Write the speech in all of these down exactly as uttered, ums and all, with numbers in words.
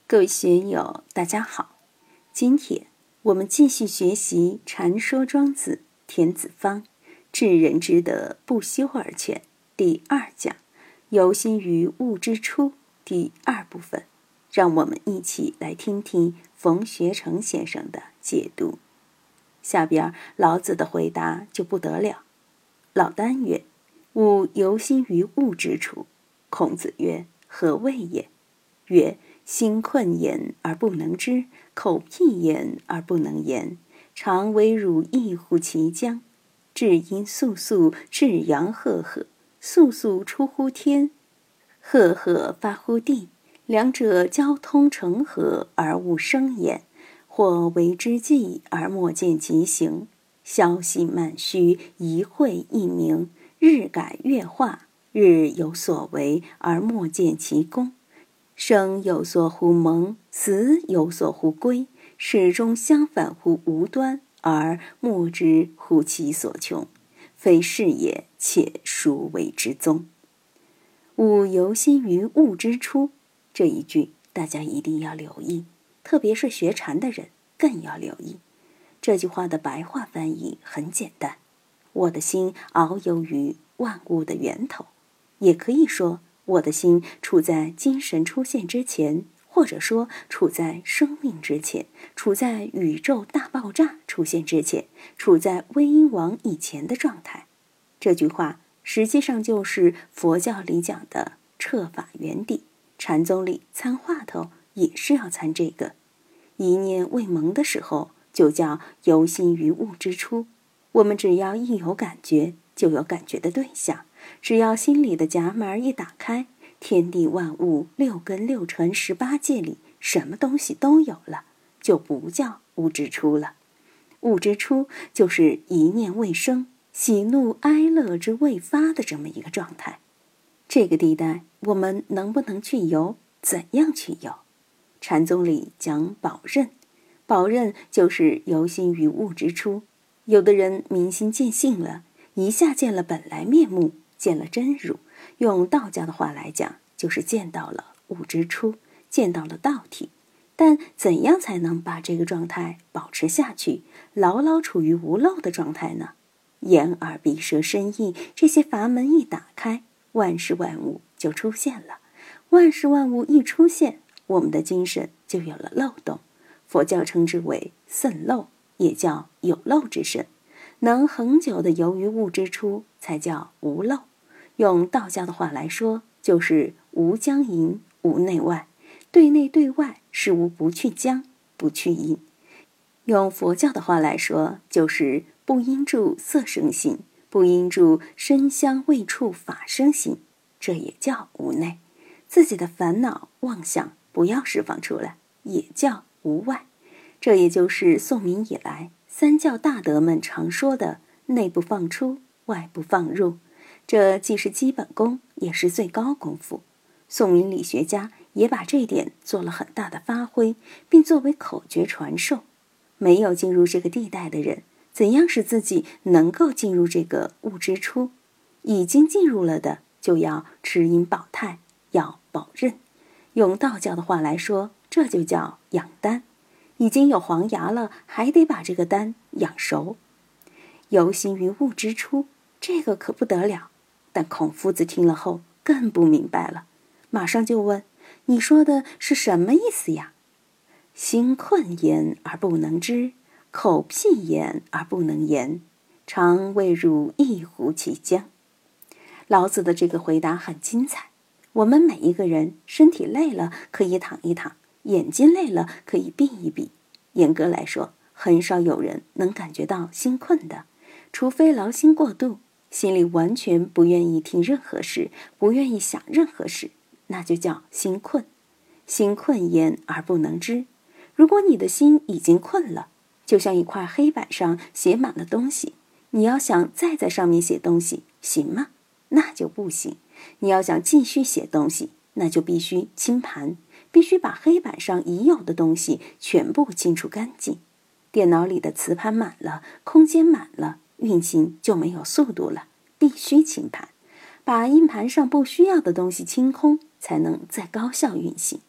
各位学友大家好，今天我们继续学习《禅说庄子·田子方治人之德，不修而全》第二讲，由心于物之初第二部分。让我们一起来听听冯学成先生的解读。下边老子的回答就不得了。老聃曰：物由心于物之初。孔子曰：何谓也？曰：心困焉而不能知，口辟焉而不能言，常为汝异乎其将。至阴肃肃，至阳赫赫，肃肃出乎天，赫赫发乎地，两者交通成和而无生焉，或为之计而莫见其形，消息满虚，一会一明，日改月化，日有所为而莫见其功，生有所乎蒙，死有所乎归，始终相反乎无端，而莫知乎其所穷，非是也，且孰为之宗？物由心于物之初，这一句大家一定要留意，特别是学禅的人更要留意。这句话的白话翻译很简单，我的心遨游于万物的源头，也可以说我的心处在精神出现之前，或者说处在生命之前，处在宇宙大爆炸出现之前，处在威音王以前的状态。这句话实际上就是佛教里讲的彻法圆底，禅宗里参话头也是要参这个。一念未萌的时候，就叫由心于物之初。我们只要一有感觉，就有感觉的对象，只要心里的闸门一打开，天地万物六根六尘十八界里什么东西都有了，就不叫物之初了。物之初就是一念未生，喜怒哀乐之未发的这么一个状态。这个地带我们能不能去游？怎样去游？禅宗里讲宝刃，宝刃就是由心于物之初。有的人明心见性了，一下见了本来面目，见了真如，用道家的话来讲，就是见到了物之初，见到了道体。但怎样才能把这个状态保持下去，牢牢处于无漏的状态呢？眼耳鼻舌身意这些阀门一打开，万事万物就出现了。万事万物一出现，我们的精神就有了漏洞，佛教称之为渗漏，也叫有漏之身。能恒久的游于物之初，才叫无漏。用道家的话来说，就是无将淫，无内外，对内对外是无不去将，不去淫。用佛教的话来说，就是不因住色生心，不因住身香味触法生心，这也叫无内。自己的烦恼妄想不要释放出来，也叫无外。这也就是宋明以来三教大德们常说的内不放出，外不放入，这既是基本功，也是最高功夫。宋明理学家也把这一点做了很大的发挥，并作为口诀传授。没有进入这个地带的人，怎样使自己能够进入这个物之初？已经进入了的，就要持阴保泰，要保刃。用道教的话来说，这就叫养丹。已经有黄芽了，还得把这个丹养熟。由心于物之初，这个可不得了。但孔夫子听了后更不明白了，马上就问：你说的是什么意思呀？心困焉而不能知，口辟焉而不能言，常谓汝异乎其将。老子的这个回答很精彩。我们每一个人身体累了可以躺一躺，眼睛累了可以闭一闭。严格来说，很少有人能感觉到心困的，除非劳心过度，心里完全不愿意听任何事，不愿意想任何事，那就叫心困。心困焉而不能知。如果你的心已经困了，就像一块黑板上写满了东西，你要想再在上面写东西，行吗？那就不行。你要想继续写东西，那就必须清盘，必须把黑板上已有的东西全部清除干净。电脑里的磁盘满了，空间满了，运行就没有速度了，必须清盘，把硬盘上不需要的东西清空，才能再高效运行。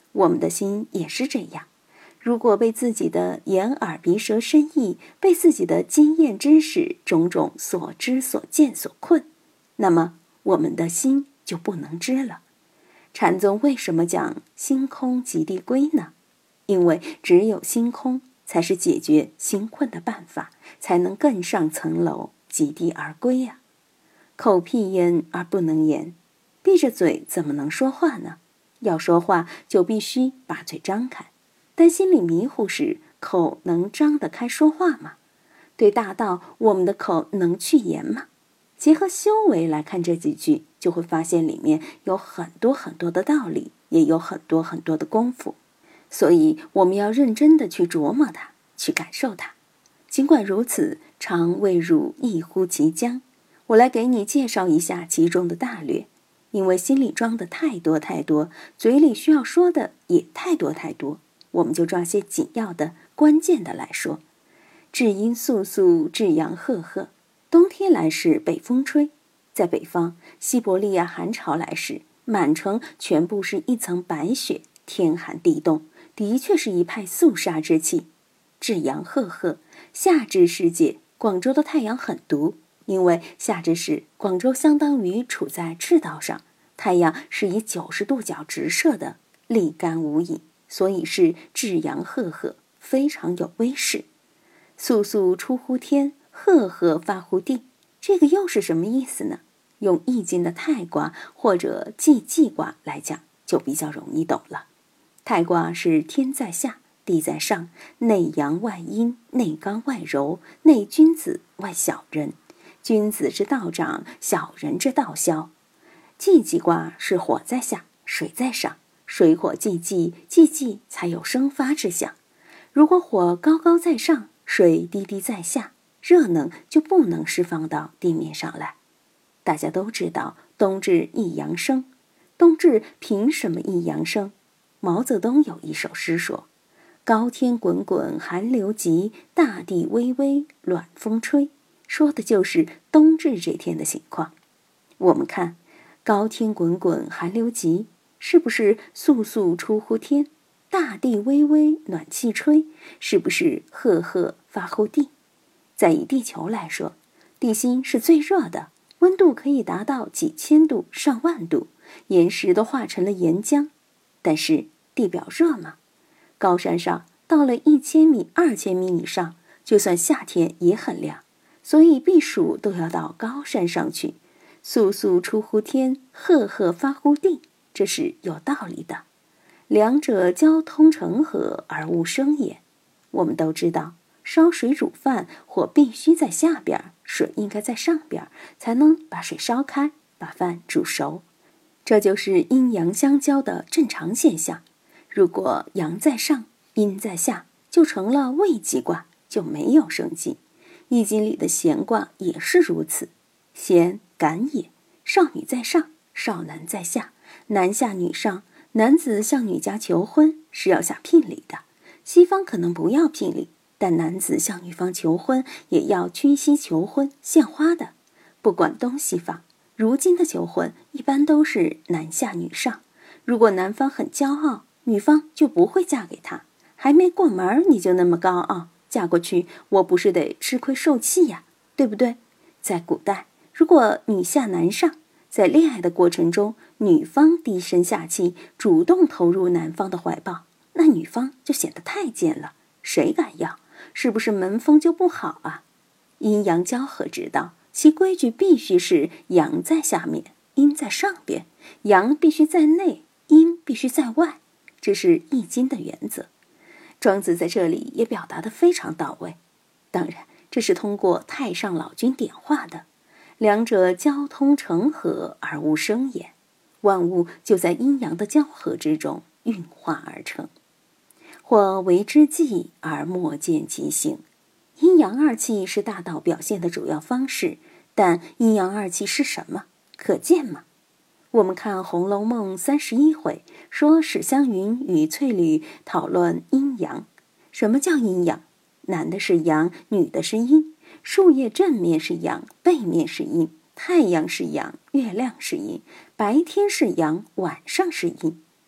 我们的心也是这样。如果被自己的眼耳鼻舌身意，被自己的经验知识种种所知所见所困，那么我们的心就不能知了。禅宗为什么讲心空即地归呢？因为只有心空才是解决心困的办法，才能更上层楼，即地而归啊。口闭焉而不能言，闭着嘴怎么能说话呢？要说话就必须把嘴张开，但心里迷糊时，口能张得开说话吗？对大道，我们的口能去言吗？结合修为来看这几句，就会发现里面有很多很多的道理，也有很多很多的功夫。所以我们要认真的去琢磨它，去感受它。尽管如此，常未汝一乎其疆。我来给你介绍一下其中的大略，因为心里装的太多太多，嘴里需要说的也太多太多，我们就抓些紧要的、关键的来说。至阴肃肃，至阳赫赫。冬天来时，北风吹。在北方，西伯利亚寒潮来时，满城全部是一层白雪，天寒地冻，的确是一派肃杀之气。至阳赫赫，夏至世界，广州的太阳很毒，因为夏至时，广州相当于处在赤道上，太阳是以九十度角直射的，立竿无影，所以是至阳赫赫，非常有威势。肃肃出乎天，赫赫发乎地，这个又是什么意思呢？用易经的太卦或者既济卦来讲，就比较容易懂了。太卦是天在下，地在上，内阳外阴，内刚外柔，内君子外小人，君子之道长，小人之道消。既济卦是火在下，水在上，水火既济，既济才有生发之象。如果火高高在上，水低低在下，热能就不能释放到地面上来。大家都知道冬至一阳生，冬至凭什么一阳生？毛泽东有一首诗说：高天滚滚寒流急，大地微微暖风吹，说的就是冬至这天的情况。我们看高天滚滚寒流急，是不是肃肃出乎天？大地微微暖气吹，是不是赫赫发乎地？再以地球来说，地心是最热的，温度可以达到几千度上万度，岩石都化成了岩浆。但是地表热吗？高山上到了一千米二千米以上，就算夏天也很凉，所以避暑都要到高山上去。肃肃出乎天，赫赫发乎地，这是有道理的。两者交通成和而无生也。我们都知道烧水煮饭，火必须在下边，水应该在上边，才能把水烧开，把饭煮熟。这就是阴阳相交的正常现象。如果阳在上，阴在下，就成了未济卦，就没有生机。易经里的咸卦也是如此，咸感也，少女在上，少男在下，男下女上。男子向女家求婚是要下聘礼的，西方可能不要聘礼，但男子向女方求婚也要屈膝求婚，献花的。不管东西方，如今的求婚一般都是男下女上。如果男方很骄傲，女方就不会嫁给他。还没过门你就那么高傲，嫁过去我不是得吃亏受气呀，对不对？在古代，如果女下男上，在恋爱的过程中，女方低声下气，主动投入男方的怀抱，那女方就显得太贱了，谁敢要？是不是门风就不好啊？阴阳交合之道，其规矩必须是阳在下面，阴在上边，阳必须在内，阴必须在外，这是易经的原则。庄子在这里也表达得非常到位。当然，这是通过太上老君点化的。两者交通成和而无生也，万物就在阴阳的交合之中运化而成。或为之计而莫见其形。阴阳二气是大道表现的主要方式，但阴阳二气是什么？可见吗？我们看《红楼梦》三十一回，说史湘云与翠缕讨论阴阳。什么叫阴阳？男的是阳，女的是阴。树叶正面是阳，背面是阴，太阳是阳，月亮是阴，白天是阳，晚上是阴。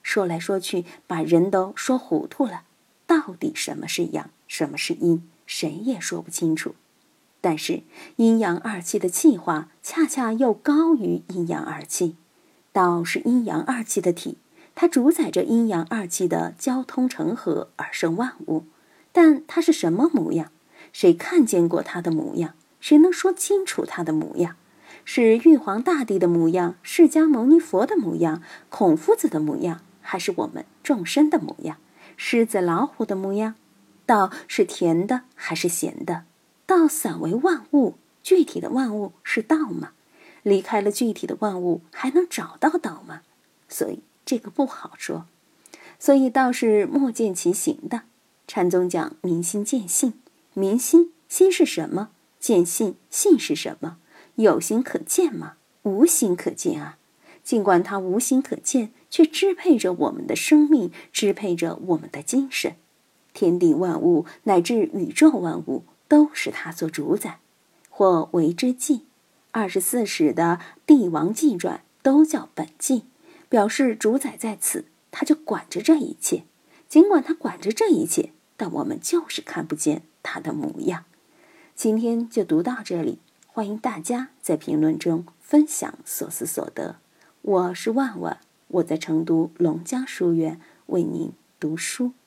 说来说去，把人都说糊涂了。到底什么是阳，什么是阴，谁也说不清楚。但是阴阳二气的气化恰恰又高于阴阳二气。道是阴阳二气的体，它主宰着阴阳二气的交通成河而生万物。但它是什么模样？谁看见过它的模样？谁能说清楚它的模样？是玉皇大帝的模样，释迦牟尼佛的模样，孔夫子的模样，还是我们众生的模样？狮子老虎的模样？道是甜的还是咸的？道散为万物，具体的万物是道吗？离开了具体的万物，还能找到道吗？所以这个不好说。所以道是莫见其形的。禅宗讲明心见性，明心，心是什么？见性，性是什么？有形可见吗？无形可见啊。尽管它无形可见，却支配着我们的生命，支配着我们的精神。天地万物乃至宇宙万物都是它所主宰，或为之纪。二十四史的帝王纪传都叫本纪，表示主宰在此，他就管着这一切。尽管他管着这一切，但我们就是看不见他的模样。今天就读到这里，欢迎大家在评论中分享所思所得。我是万万，我在成都龙江书院为您读书。